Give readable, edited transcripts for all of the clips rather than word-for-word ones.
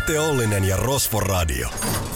Atte Ollinen ja Rosvo Radio.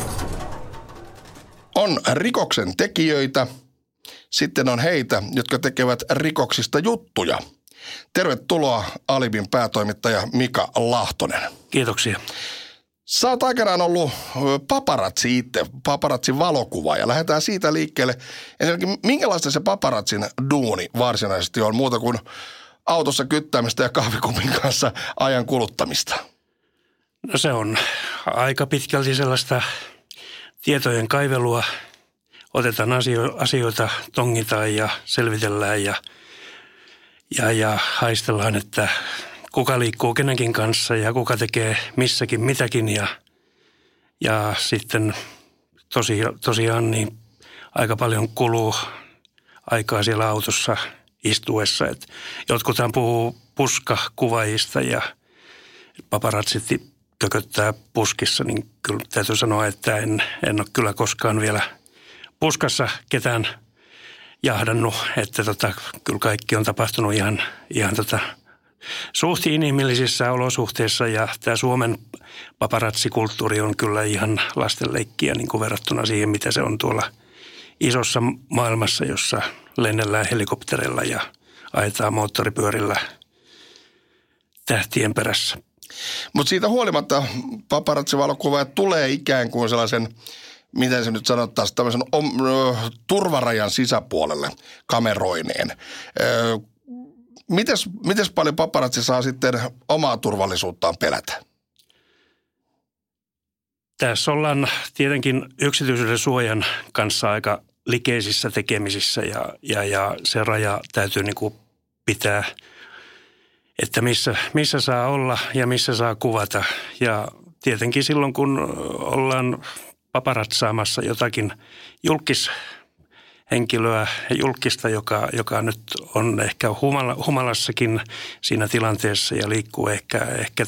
On rikoksen tekijöitä, sitten on heitä, jotka tekevät rikoksista juttuja. Tervetuloa Alibin päätoimittaja Mika Lahtonen. Kiitoksia. Sä oot aikanaan ollut paparazzi itse, paparazzin valokuvaaja. Lähdetään siitä liikkeelle. Ensinnäkin, minkälaista se paparazzin duuni varsinaisesti on, muuta kuin autossa kyttäämistä ja kahvikupin kanssa ajan kuluttamista? No se on aika pitkälti sellaista tietojen kaivelua. Otetaan asioita, tongitaan ja selvitellään ja haistellaan, että kuka liikkuu kenenkin kanssa ja kuka tekee missäkin mitäkin. Ja sitten tosiaan niin aika paljon kuluu aikaa siellä autossa istuessa. Et jotkuthan puhuu puskakuvaajista ja paparazzit kököttää puskissa, niin kyllä täytyy sanoa, että en ole kyllä koskaan vielä puskassa ketään jahdannut, että kyllä kaikki on tapahtunut ihan suht inhimillisissä olosuhteissa ja tämä Suomen paparazzikulttuuri on kyllä ihan lastenleikkiä niin kuin verrattuna siihen, mitä se on tuolla isossa maailmassa, jossa lennellään helikopterilla ja ajetaan moottoripyörillä tähtien perässä. Mutta siitä huolimatta paparazzi-valokuvaajat tulee ikään kuin sellaisen, miten se nyt sanottaisiin, tämmöisen turvarajan sisäpuolelle kameroineen. Mites paljon paparazzi saa sitten omaa turvallisuuttaan pelätä? Tässä ollaan tietenkin yksityisyyden suojan kanssa aika likeisissä tekemisissä ja se raja täytyy niin kuin pitää, että missä saa olla ja missä saa kuvata. Ja tietenkin silloin, kun ollaan paparazzaamassa jotakin julkishenkilöä, julkista, joka nyt on ehkä humalassakin siinä tilanteessa ja liikkuu ehkä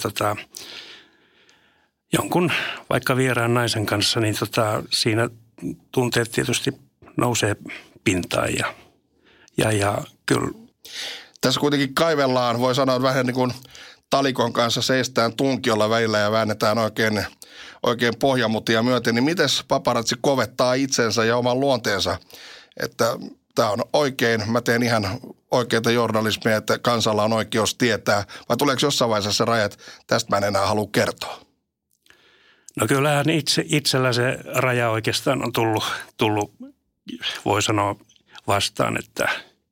jonkun vaikka vieraan naisen kanssa, niin siinä tunteet tietysti nousee pintaan ja kyllä. Tässä kuitenkin kaivellaan, voi sanoa vähän niin kuin talikon kanssa seistään tunkiolla välillä ja väännetään oikein pohjamutia myöten, niin mites paparazzi kovettaa itsensä ja oman luonteensa, että tämä on oikein, mä teen ihan oikeita journalismia, että kansalla on oikeus tietää, vai tuleeko jossain vaiheessa se raja, että tästä mä en enää halua kertoa? No kyllähän itsellä se raja oikeastaan on tullut voi sanoa vastaan, että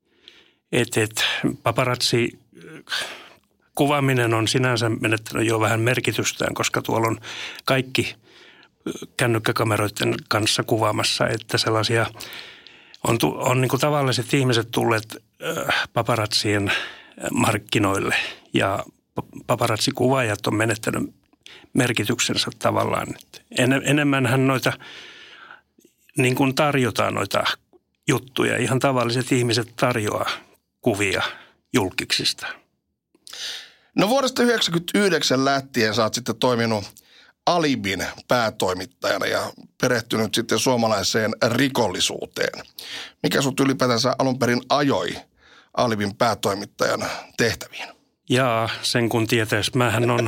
paparazzi kuvaaminen on sinänsä menettänyt jo vähän merkitystään, koska tuolla on kaikki kännykkäkameroiden kanssa kuvaamassa, että sellaisia on niin kuin tavalliset ihmiset tulleet paparazzien markkinoille ja paparazzikuvaajat on menettänyt merkityksensä tavallaan. Enemmänhän noita niin kuin tarjotaan noita juttuja. Ihan tavalliset ihmiset tarjoaa kuvia julkiksista. No vuodesta 1999 lähtien sä oot sitten toiminut Alibin päätoimittajana ja perehtynyt sitten suomalaiseen rikollisuuteen. Mikä sut ylipäätänsä alun perin ajoi Alibin päätoimittajan tehtäviin? Jaa, sen kun tietäisi. Mähän on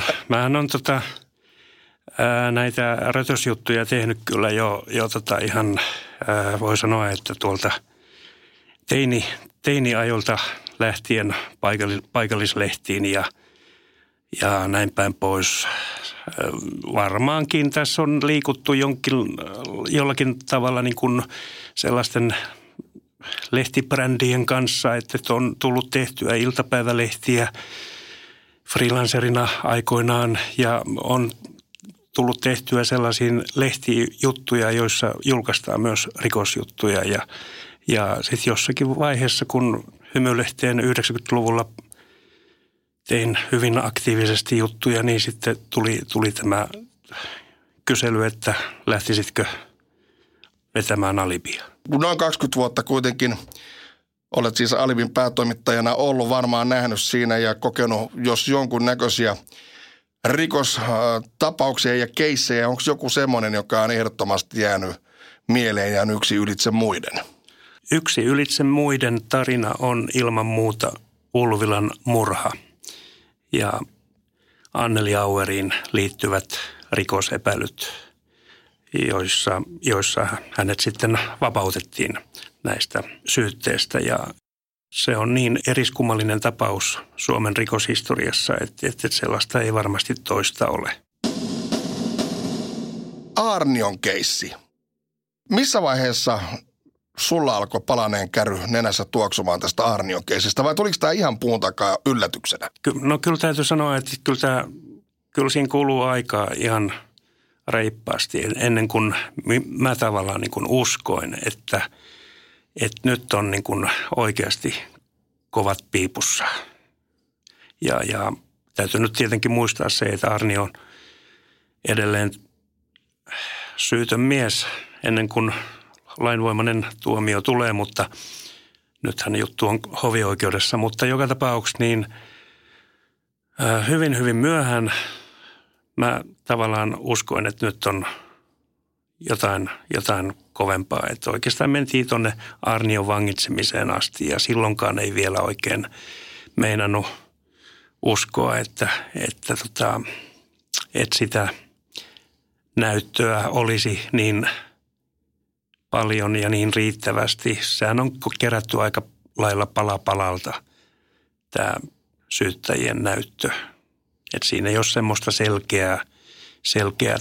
näitä rötösjuttuja tehnyt kyllä jo ihan voi sanoa, että tuolta teiniajolta lähtien paikallislehtiin ja näin päin pois. Varmaankin tässä on liikuttu jollakin tavalla niin kuin sellaisten lehtibrändien kanssa, että on tullut tehtyä iltapäivälehtiä freelancerina aikoinaan ja on tullut tehtyä sellaisiin lehtijuttuja, joissa julkaistaan myös rikosjuttuja ja sitten jossakin vaiheessa, kun Hymylehteen 90-luvulla tein hyvin aktiivisesti juttuja, niin sitten tuli tämä kysely, että lähtisitkö vetämään Alibia. Noin 20 vuotta kuitenkin olet siis Alibin päätoimittajana ollut, varmaan nähnyt siinä ja kokenut jos jonkun näköisiä rikostapauksia ja keissejä. Onko joku semmoinen, joka on ehdottomasti jäänyt mieleen ja yksi ylitse muiden? Yksi ylitse muiden tarina on ilman muuta Ulvilan murha ja Anneli Aueriin liittyvät rikosepäilyt, joissa hänet sitten vapautettiin näistä syytteistä. Ja se on niin eriskummallinen tapaus Suomen rikoshistoriassa, että sellaista ei varmasti toista ole. Aarnion keissi. Missä vaiheessa sulla alkoi palaneen käry nenässä tuoksumaan tästä Aarnion keisistä, vai tuliko tämä ihan puun takaa yllätyksenä? No kyllä täytyy sanoa, että kyllä siinä kuluu aikaa ihan reippaasti ennen kuin mä tavallaan niin kuin uskoin, että nyt on niin kuin oikeasti kovat piipussa. Ja täytyy nyt tietenkin muistaa se, että Aarnio on edelleen syytön mies ennen kuin lainvoimainen tuomio tulee, mutta nythän juttu on hovioikeudessa. Mutta joka tapauksessa niin hyvin, hyvin myöhään mä tavallaan uskoin, että nyt on jotain kovempaa. Että oikeastaan mentiin tuonne Aarnion vangitsemiseen asti ja silloinkaan ei vielä oikein meinannut uskoa, että sitä näyttöä olisi niin paljon ja niin riittävästi. Sehän on kerätty aika lailla pala palalta tämä syyttäjien näyttö. Että siinä ei ole semmoista selkeää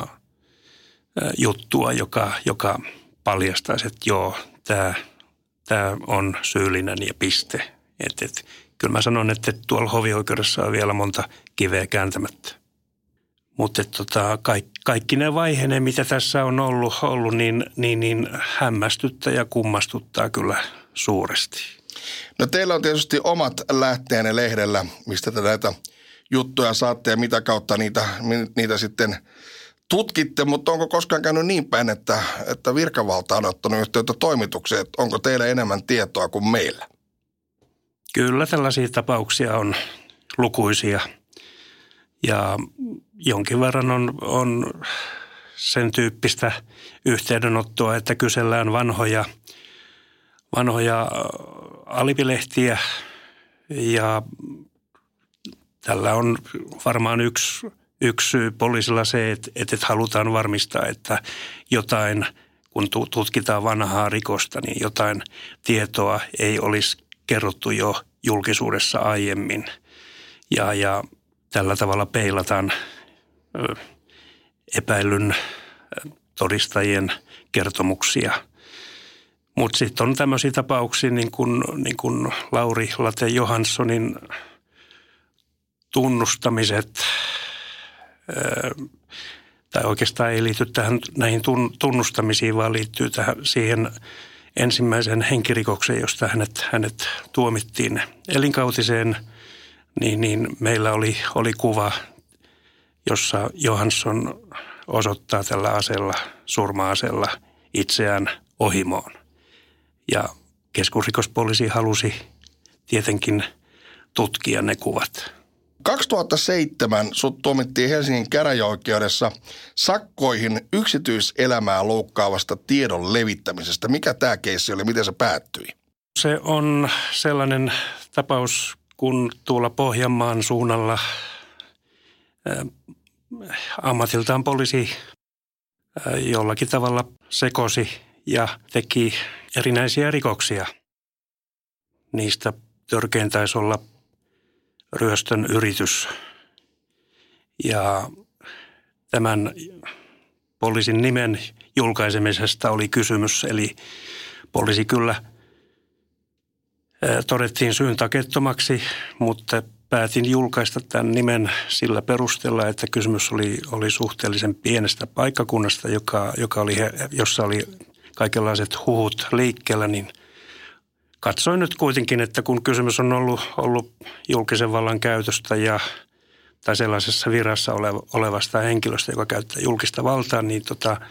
juttua, joka paljastaisi, että joo, tämä on syyllinen ja piste. Kyllä mä sanon, että tuolla hovioikeudessa on vielä monta kiveä kääntämättä. Mutta kaikki ne vaiheet, mitä tässä on ollut niin hämmästyttää ja kummastuttaa kyllä suuresti. No teillä on tietysti omat lähteenne lehdellä, mistä te näitä juttuja saatte ja mitä kautta niitä sitten tutkitte, mutta onko koskaan käynyt niin päin, että virkavalta on ottanut yhteyttä toimitukseen, että onko teillä enemmän tietoa kuin meillä? Kyllä tällaisia tapauksia on lukuisia ja jonkin verran on sen tyyppistä yhteydenottoa, että kysellään vanhoja alipilehtiä ja tällä on varmaan yksi syy poliisilla se, että halutaan varmistaa, että jotain, kun tutkitaan vanhaa rikosta, niin jotain tietoa ei olisi kerrottu jo julkisuudessa aiemmin. Ja tällä tavalla peilataan epäilyn todistajien kertomuksia. Mutta sitten on tämmöisiä tapauksia niin kuin Lauri Late Johanssonin tunnustamiset, tai oikeastaan ei liity näihin tunnustamisiin, vaan liittyy siihen ensimmäisen henkirikokseen, josta hänet tuomittiin elinkautiseen, niin meillä oli kuva, jossa Johansson osoittaa tällä aseella, surma-aseella itseään ohimoon. Ja keskusrikospoliisi halusi tietenkin tutkia ne kuvat. 2007 sut tuomittiin Helsingin käräjäoikeudessa sakkoihin yksityiselämää loukkaavasta tiedon levittämisestä. Mikä tämä keissi oli? Miten se päättyi? Se on sellainen tapaus, kun tuolla Pohjanmaan suunnalla ammatiltaan poliisi jollakin tavalla sekosi ja teki erinäisiä rikoksia. Niistä törkein taisi olla ryöstön yritys. Ja tämän poliisin nimen julkaisemisesta oli kysymys, eli poliisi kyllä todettiin syyntakettomaksi, mutta päätin julkaista tämän nimen sillä perusteella, että kysymys oli suhteellisen pienestä paikkakunnasta, jossa oli kaikenlaiset huhut liikkeellä, niin katsoin nyt kuitenkin, että kun kysymys on ollut julkisen vallan käytöstä tai sellaisessa virassa olevasta henkilöstä, joka käyttää julkista valtaa, niin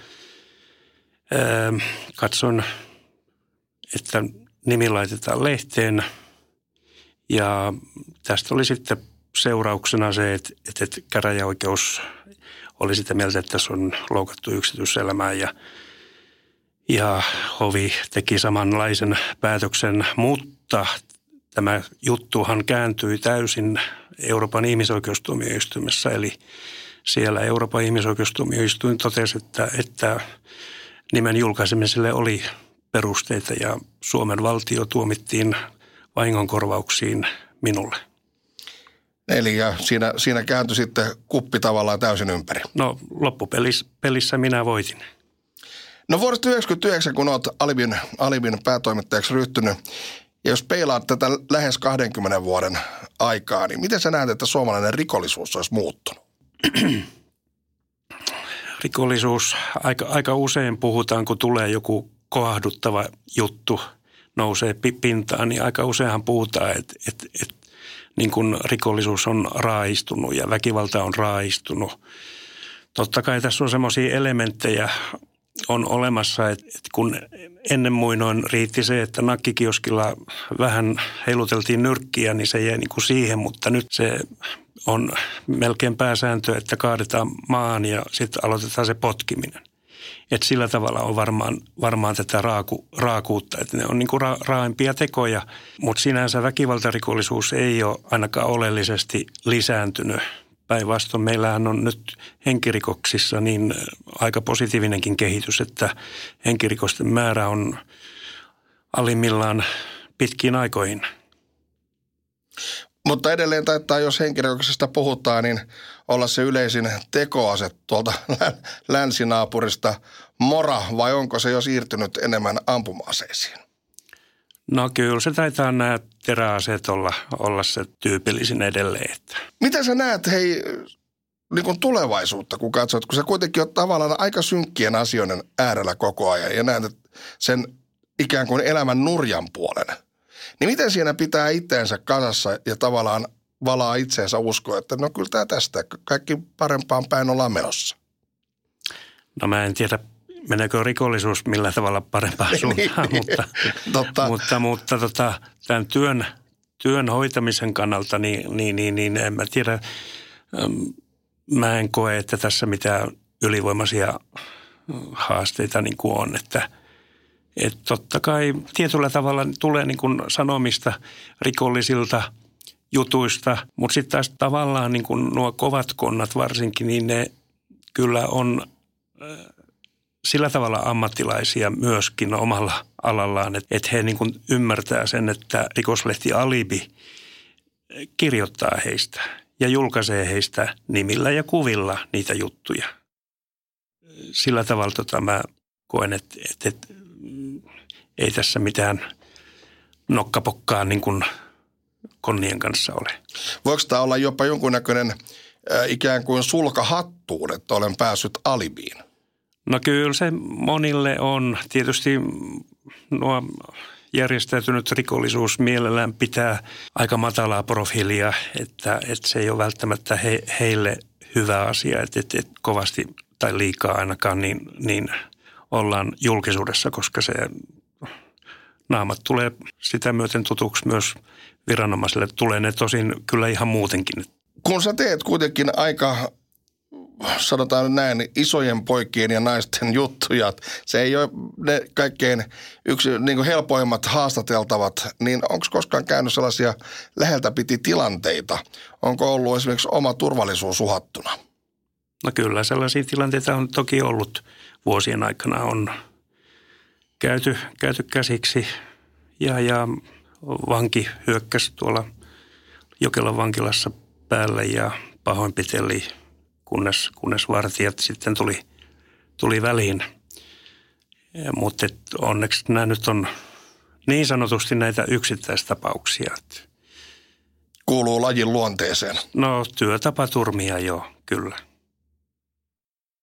katsoin, että nimi laitetaan lehteen ja tästä oli sitten seurauksena se, että käräjäoikeus oli sitä mieltä, että tässä on loukattu yksityiselämää ja hovi teki samanlaisen päätöksen, mutta tämä juttuhan kääntyi täysin Euroopan ihmisoikeustuomioistuimessa, eli siellä Euroopan ihmisoikeustuomioistuin totesi, että nimen julkaisemiselle oli perusteita ja Suomen valtio tuomittiin vahingonkorvauksiin minulle. Eli siinä kääntyi sitten kuppi tavallaan täysin ympäri. No loppupelissä minä voitin. No vuodesta 1999, kun olet Alibin päätoimittajaksi ryhtynyt, ja jos peilaat tätä lähes 20 vuoden aikaa, niin miten sä näet, että suomalainen rikollisuus olisi muuttunut? Rikollisuus, aika usein puhutaan, kun tulee joku kohduttava juttu, nousee pintaan, niin aika useinhan puhutaan, että niin kuin rikollisuus on raaistunut ja väkivalta on raaistunut. Totta kai tässä on semmoisia elementtejä on olemassa, että kun ennen muinoin riitti se, että nakkikioskilla vähän heiluteltiin nyrkkiä, niin se jäi niin kuin siihen, mutta nyt se on melkein pääsääntö, että kaadetaan maan ja sitten aloitetaan se potkiminen. Että sillä tavalla on varmaan tätä raakuutta, että ne on niin kuin raaimpia tekoja, mutta sinänsä väkivaltarikollisuus ei ole ainakaan oleellisesti lisääntynyt. Päinvastoin meillähän on nyt henkirikoksissa niin aika positiivinenkin kehitys, että henkirikosten määrä on alimmillaan pitkiin aikoihin. Mutta edelleen taitaa, jos henkirikoksesta puhutaan, niin olla se yleisin tekoase tuolta länsinaapurista mora, vai onko se jo siirtynyt enemmän ampuma-aseisiin? No kyllä se taitaa nämä teräaseet olla se tyypillisin edelleen. Miten sä näet, niin kuin tulevaisuutta, kun katsot, kun sä kuitenkin oot tavallaan aika synkkien asioiden äärellä koko ajan ja näet sen ikään kuin elämän nurjan puolen, niin miten siinä pitää itteensä kasassa ja tavallaan valaa itseensä uskoa, että no kyllä tämä tästä, kaikki parempaan päin ollaan menossa? No mä en tiedä, meneekö rikollisuus millään tavalla parempaan suuntaan, mutta tämän työn hoitamisen kannalta, niin en mä tiedä, mä en koe, että tässä mitään ylivoimaisia haasteita niin kuin on, että totta kai tietyllä tavalla tulee niin kuin sanomista rikollisilta jutuista, mutta sitten taas tavallaan niin kuin nuo kovat konnat varsinkin, niin ne kyllä on sillä tavalla ammattilaisia myöskin omalla alallaan, että he niin kuin ymmärtää sen, että rikoslehti Alibi kirjoittaa heistä ja julkaisee heistä nimillä ja kuvilla niitä juttuja. Sillä tavalla mä koen, että ei tässä mitään nokkapokkaa niin kuin konnien kanssa ole. Voiko tämä olla jopa jonkunnäköinen ikään kuin sulkahattuun, että olen päässyt Alibiin? No kyllä se monille on. Tietysti nuo järjestäytynyt rikollisuus mielellään pitää aika matalaa profiilia, että se ei ole välttämättä heille hyvä asia, että kovasti tai liikaa ainakaan niin ollaan julkisuudessa, koska se naamat tulee sitä myöten tutuksi myös viranomaisille. Tulee ne tosin kyllä ihan muutenkin. Kun sä teet kuitenkin aika, sanotaan näin, isojen poikien ja naisten juttuja, se ei ole ne kaikkein niin kuin helpoimmat haastateltavat, niin onko koskaan käynyt sellaisia läheltä piti tilanteita? Onko ollut esimerkiksi oma turvallisuus uhattuna? No kyllä, sellaisia tilanteita on toki ollut vuosien aikana. On käyty käsiksi ja vanki hyökkäsi tuolla Jokelan vankilassa päälle ja pahoinpiteli, kunnes vartijat sitten tuli väliin. Mutta onneksi nämä nyt on niin sanotusti näitä yksittäistapauksia. Kuuluu lajin luonteeseen. No työtapaturmia joo, kyllä.